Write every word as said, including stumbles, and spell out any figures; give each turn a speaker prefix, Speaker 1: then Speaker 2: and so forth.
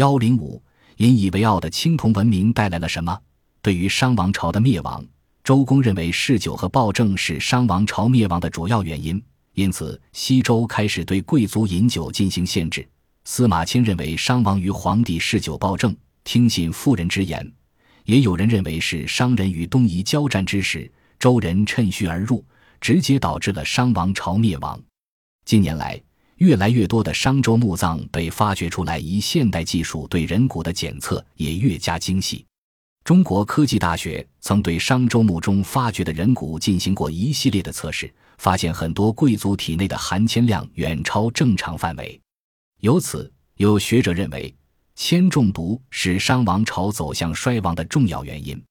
Speaker 1: 一零五引以为傲的青铜文明带来了什么？对于商王朝的灭亡，周公认为嗜酒和暴政是商王朝灭亡的主要原因，因此西周开始对贵族饮酒进行限制。司马迁认为商王与皇帝嗜酒暴政，听信妇人之言，也有人认为是商人与东夷交战之时，周人趁虚而入，直接导致了商王朝灭亡。近年来，越来越多的商周墓葬被发掘出来，以现代技术对人骨的检测也越加精细。中国科技大学曾对商周墓中发掘的人骨进行过一系列的测试，发现很多贵族体内的含铅量远超正常范围。由此，有学者认为铅中毒是商王朝走向衰亡的重要原因。